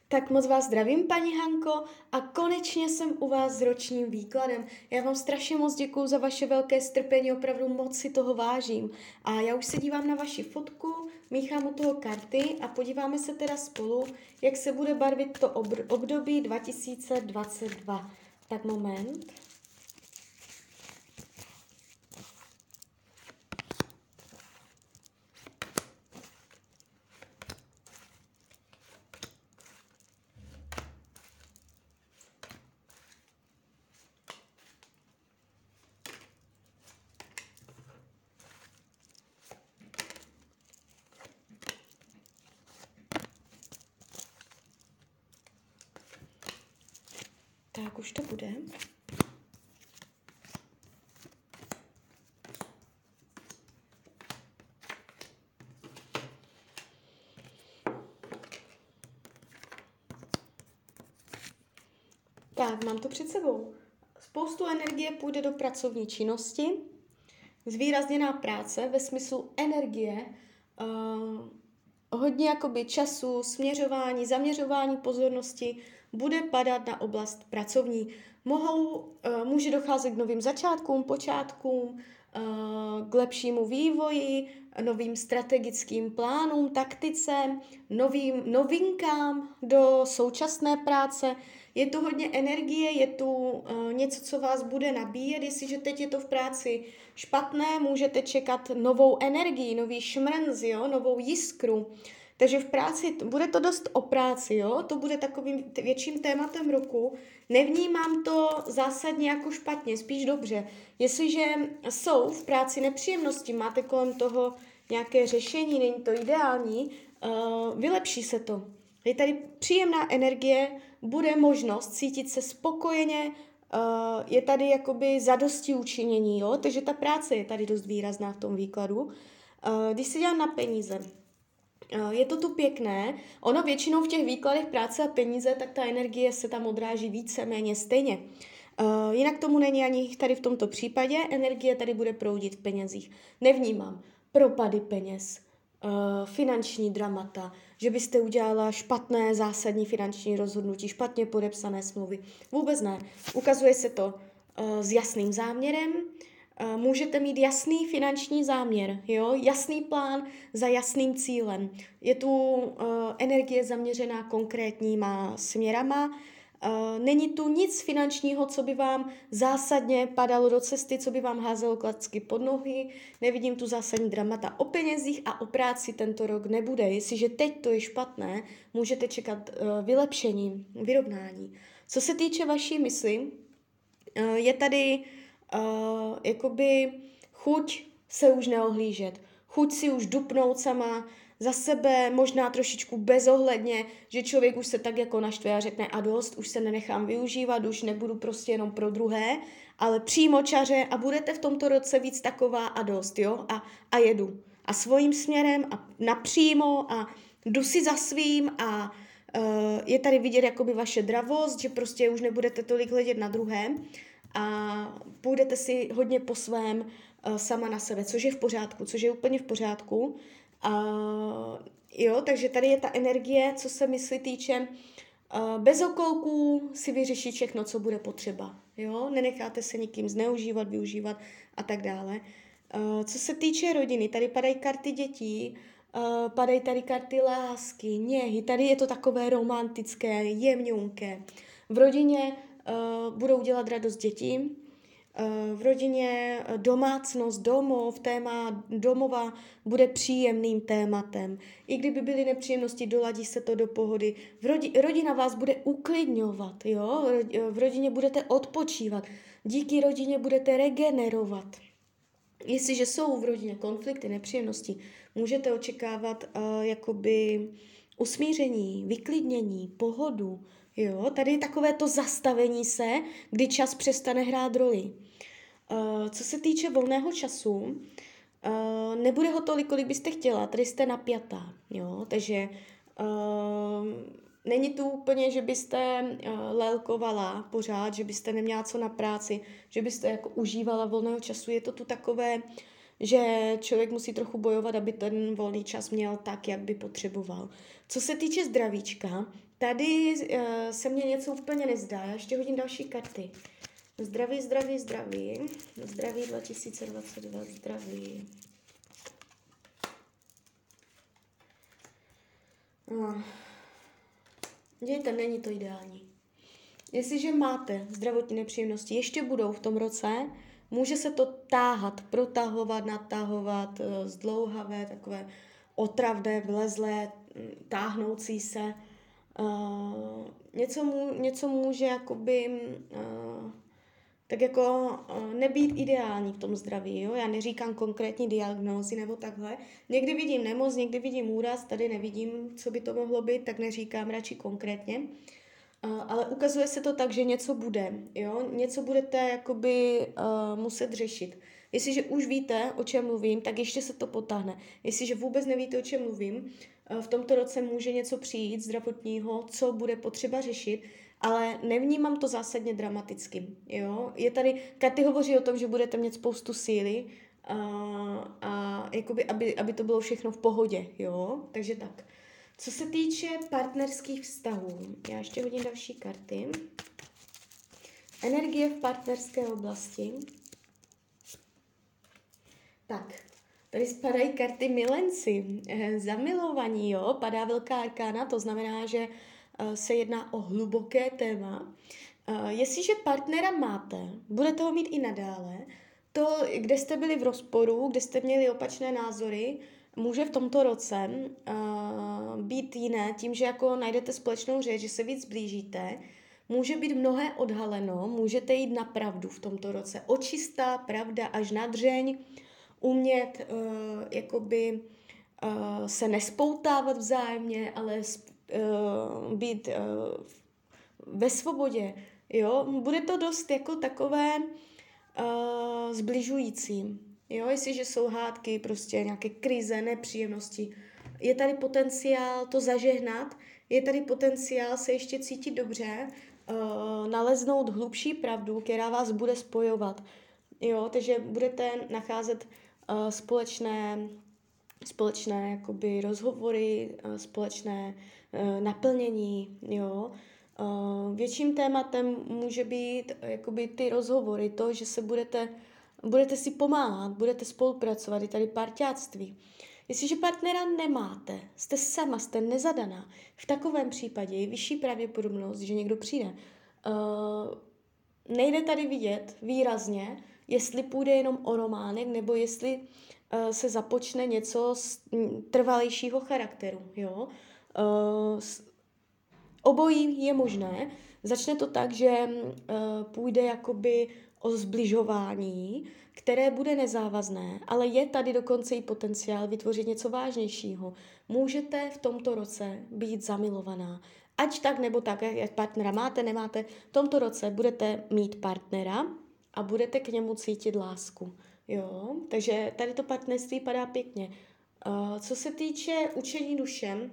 Tak moc vás zdravím, paní Hanko, a konečně jsem u vás s ročním výkladem. Já vám strašně moc děkuju za vaše velké strpení, opravdu moc si toho vážím. A já už se dívám na vaši fotku, míchám u toho karty a podíváme se teda spolu, jak se bude barvit to období 2022. Tak moment. Tak už to bude. Tak, mám to před sebou. Spoustu energie půjde do pracovní činnosti, zvýrazněná práce ve smyslu energie, hodně jakoby času, směřování, zaměřování pozornosti bude padat na oblast pracovní. Může docházet k novým začátkům, počátkům, k lepšímu vývoji, novým strategickým plánům, taktice, novinkám do současné práce. Je tu hodně energie, je tu něco, co vás bude nabíjet. Jestliže teď je to v práci špatné, můžete čekat novou energii, nový šmrnc, jo? Novou jiskru. Takže v práci, bude to dost o práci, jo? To bude takovým větším tématem roku. Nevnímám to zásadně jako špatně, spíš dobře. Jestliže jsou v práci nepříjemnosti, máte kolem toho nějaké řešení, není to ideální, vylepší se to. Je tady příjemná energie, bude možnost cítit se spokojeně, je tady jakoby zadosti učinění, jo? Takže ta práce je tady dost výrazná v tom výkladu. Když si dělám na peníze, je to tu pěkné, ono většinou v těch výkladech práce a peníze, tak ta energie se tam odráží víceméně stejně. Jinak tomu není ani tady v tomto případě, energie tady bude proudit v penězích. Nevnímám propady peněz, finanční dramata, že byste udělala špatné zásadní finanční rozhodnutí, špatně podepsané smlouvy. Vůbec ne. Ukazuje se to s jasným záměrem, můžete mít jasný finanční záměr, jo? Jasný plán za jasným cílem. Je tu energie zaměřená konkrétníma směrama, není tu nic finančního, co by vám zásadně padalo do cesty, co by vám házelo klacky pod nohy, nevidím tu zásadní dramata. O penězích a o práci tento rok nebude. Jestliže teď to je špatné, můžete čekat vylepšení, vyrovnání. Co se týče vaší mysli, je tady jakoby chuť se už neohlížet, chuť si už dupnout sama za sebe, možná trošičku bezohledně, že člověk už se tak jako naštve a řekne a dost, už se nenechám využívat, už nebudu prostě jenom pro druhé, ale přímo čaře a budete v tomto roce víc taková a dost, jo, a jedu. A svým směrem a napřímo a jdu si za svým a je tady vidět jakoby vaše dravost, že prostě už nebudete tolik hledět na druhé a půjdete si hodně po svém sama na sebe, což je v pořádku, což je úplně v pořádku. Jo, takže tady je ta energie, co se mysli týče, bez okolků si vyřešit všechno, co bude potřeba. Jo? Nenecháte se nikým zneužívat, využívat a tak dále. Co se týče rodiny, tady padají karty dětí, padají tady karty lásky, něhy, tady je to takové romantické, jemňunké. V rodině budou dělat radost dětí, v rodině domácnost, domov, téma domova bude příjemným tématem. I kdyby byly nepříjemnosti, doladí se to do pohody. Rodina vás bude uklidňovat, jo? V rodině budete odpočívat. Díky rodině budete regenerovat. Jestliže jsou v rodině konflikty, nepříjemnosti, můžete očekávat jakoby usmíření, vyklidnění, pohodu. Jo? Tady je takové to zastavení se, kdy čas přestane hrát roli. Co se týče volného času, nebude ho tolik, kolik byste chtěla, tady jste napjatá, jo? Takže není to úplně, že byste lelkovala pořád, že byste neměla co na práci, že byste jako užívala volného času, je to tu takové, že člověk musí trochu bojovat, aby ten volný čas měl tak, jak by potřeboval. Co se týče zdravíčka, Tady se mně něco úplně nezdá. Já ještě hodím další karty. Zdraví, zdraví, zdraví. Zdraví 2022, zdraví. No. Dějte, není to ideální. Jestliže máte zdravotní nepříjemnosti, ještě budou v tom roce, může se to táhat, protahovat, natahovat, zdlouhavé, takové otravné, vlezlé, táhnoucí se. Něco může jakoby tak jako nebýt ideální v tom zdraví. Jo? Já neříkám konkrétní diagnózy nebo takhle. Někdy vidím nemoc, někdy vidím úraz, tady nevidím, co by to mohlo být, tak neříkám radši konkrétně. Ale ukazuje se to tak, že něco bude, jo? Něco budete jakoby muset řešit. Jestliže už víte, o čem mluvím, tak ještě se to potáhne. Jestliže vůbec nevíte, o čem mluvím, v tomto roce může něco přijít zdravotního, co bude potřeba řešit, ale nevnímám to zásadně dramaticky. Jo? Je tady, karty hovoří o tom, že budete mít spoustu síly a jakoby, aby to bylo všechno v pohodě. Jo? Takže tak. Co se týče partnerských vztahů, já ještě hodím další karty. Energie v partnerské oblasti. Tak, tady spadají karty milenci, zamilovaní, jo, padá velká arkána, to znamená, že se jedná o hluboké téma. Jestliže partnera máte, budete ho mít i nadále, to, kde jste byli v rozporu, kde jste měli opačné názory, může v tomto roce být jiné, tím, že jako najdete společnou řeč, že se víc blížíte, může být mnohé odhaleno, můžete jít na pravdu v tomto roce. Očistá pravda až na dřeň, umět jakoby se nespoutávat vzájemně, ale být ve svobodě. Jo? Bude to dost jako takové zbližující. Jo? Jestliže jsou hádky, prostě nějaké krize, nepříjemnosti, je tady potenciál to zažehnat, je tady potenciál se ještě cítit dobře, naleznout hlubší pravdu, která vás bude spojovat. Jo? Takže budete nacházet společné jakoby rozhovory, společné naplnění. Jo? Větším tématem může být jakoby ty rozhovory, to, že se budete si pomáhat, budete spolupracovat, je tady parťáctví. Jestliže partnera nemáte, jste sama, jste nezadaná, v takovém případě je vyšší pravděpodobnost, že někdo přijde. Nejde tady vidět výrazně, jestli půjde jenom o románek, nebo jestli se započne něco z trvalejšího charakteru. Jo? Obojí je možné. Začne to tak, že půjde jakoby o zbližování, které bude nezávazné, ale je tady dokonce i potenciál vytvořit něco vážnějšího. Můžete v tomto roce být zamilovaná. Ať tak nebo tak, jak partnera máte, nemáte, v tomto roce budete mít partnera a budete k němu cítit lásku. Jo? Takže tady to partnerství padá pěkně. Co se týče učení dušem,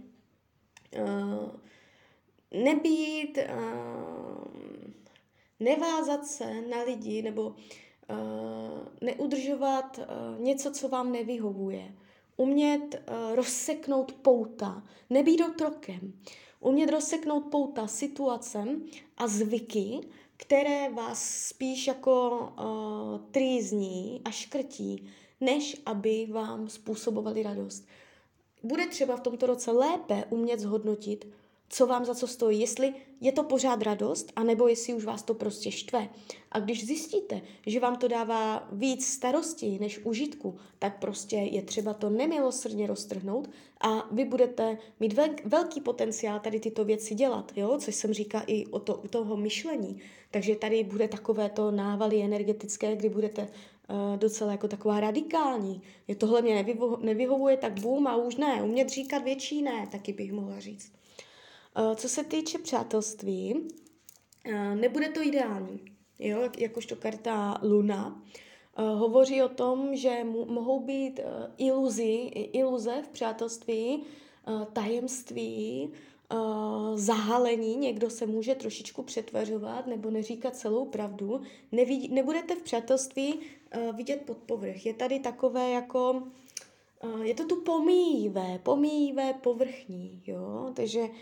nevázat se na lidi nebo neudržovat něco, co vám nevyhovuje. Umět rozseknout pouta, nebýt otrokem. Umět rozseknout pouta situacem a zvyky, které vás spíš jako trýzní a škrtí, než aby vám způsobovali radost. Bude třeba v tomto roce lépe umět zhodnotit, co vám za co stojí, jestli je to pořád radost, anebo jestli už vás to prostě štve. A když zjistíte, že vám to dává víc starostí než užitku, tak prostě je třeba to nemilosrdně roztrhnout a vy budete mít velký potenciál tady tyto věci dělat, jo? Což jsem říká i u toho myšlení. Takže tady bude takové to návaly energetické, kdy budete docela jako taková radikální. Je tohle mě nevyhovuje, tak bum a už ne. Umět říkat větší ne, taky bych mohla říct. Co se týče přátelství, nebude to ideální, jo? Jakožto karta Luna. Hovoří o tom, že mohou být iluze v přátelství, tajemství, zahalení, někdo se může trošičku přetvařovat nebo neříkat celou pravdu. Nebudete v přátelství vidět pod povrch. Je tady takové jako, je to tu pomíjivé, povrchní, jo, takže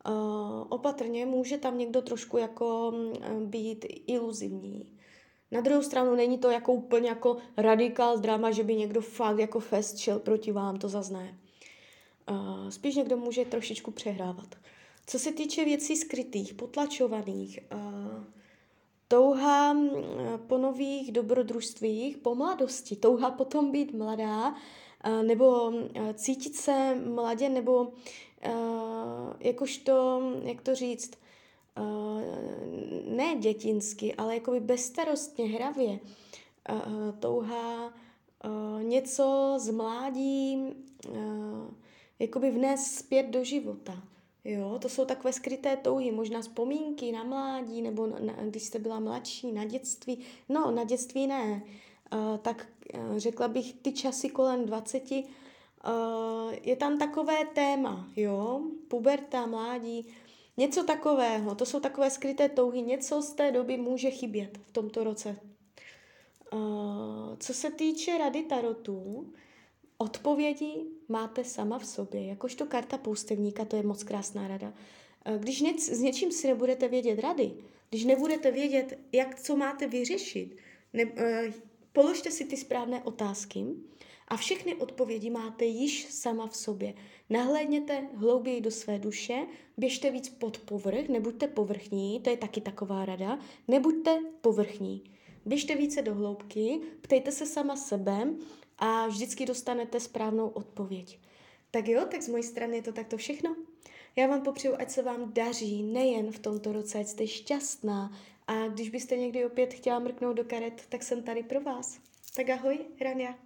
Opatrně, může tam někdo trošku jako být iluzivní. Na druhou stranu není to jako úplně jako radikál drama, že by někdo fakt jako fest šel proti vám, to zas ne. Spíš někdo může trošičku přehrávat. Co se týče věcí skrytých, potlačovaných, touha po nových dobrodružstvích, po mladosti, touha potom být mladá, nebo cítit se mladě, nebo jakožto, jak to říct, ne dětinsky, ale jakoby bezstarostně, hravě. Touha něco z mládí jakoby vnést zpět do života. Jo, to jsou takové skryté touhy, možná vzpomínky na mládí, nebo když jste byla mladší, na dětství. No, na dětství ne. Tak řekla bych ty časy kolem 20, je tam takové téma, jo, puberta, mládí, něco takového, to jsou takové skryté touhy, něco z té doby může chybět v tomto roce. Co se týče rady tarotu, odpovědi máte sama v sobě, jakožto karta poustevníka, to je moc krásná rada. Když s něčím si nebudete vědět rady, když nebudete vědět, co máte vyřešit, položte si ty správné otázky a všechny odpovědi máte již sama v sobě. Nahlédněte hlouběji do své duše, běžte víc pod povrch, nebuďte povrchní, to je taky taková rada, nebuďte povrchní. Běžte více do hloubky, ptejte se sama sebe a vždycky dostanete správnou odpověď. Tak jo, tak z mojí strany je to takto všechno. Já vám popřeju, ať se vám daří nejen v tomto roce, ať jste šťastná a když byste někdy opět chtěla mrknout do karet, tak jsem tady pro vás. Tak ahoj, Rania.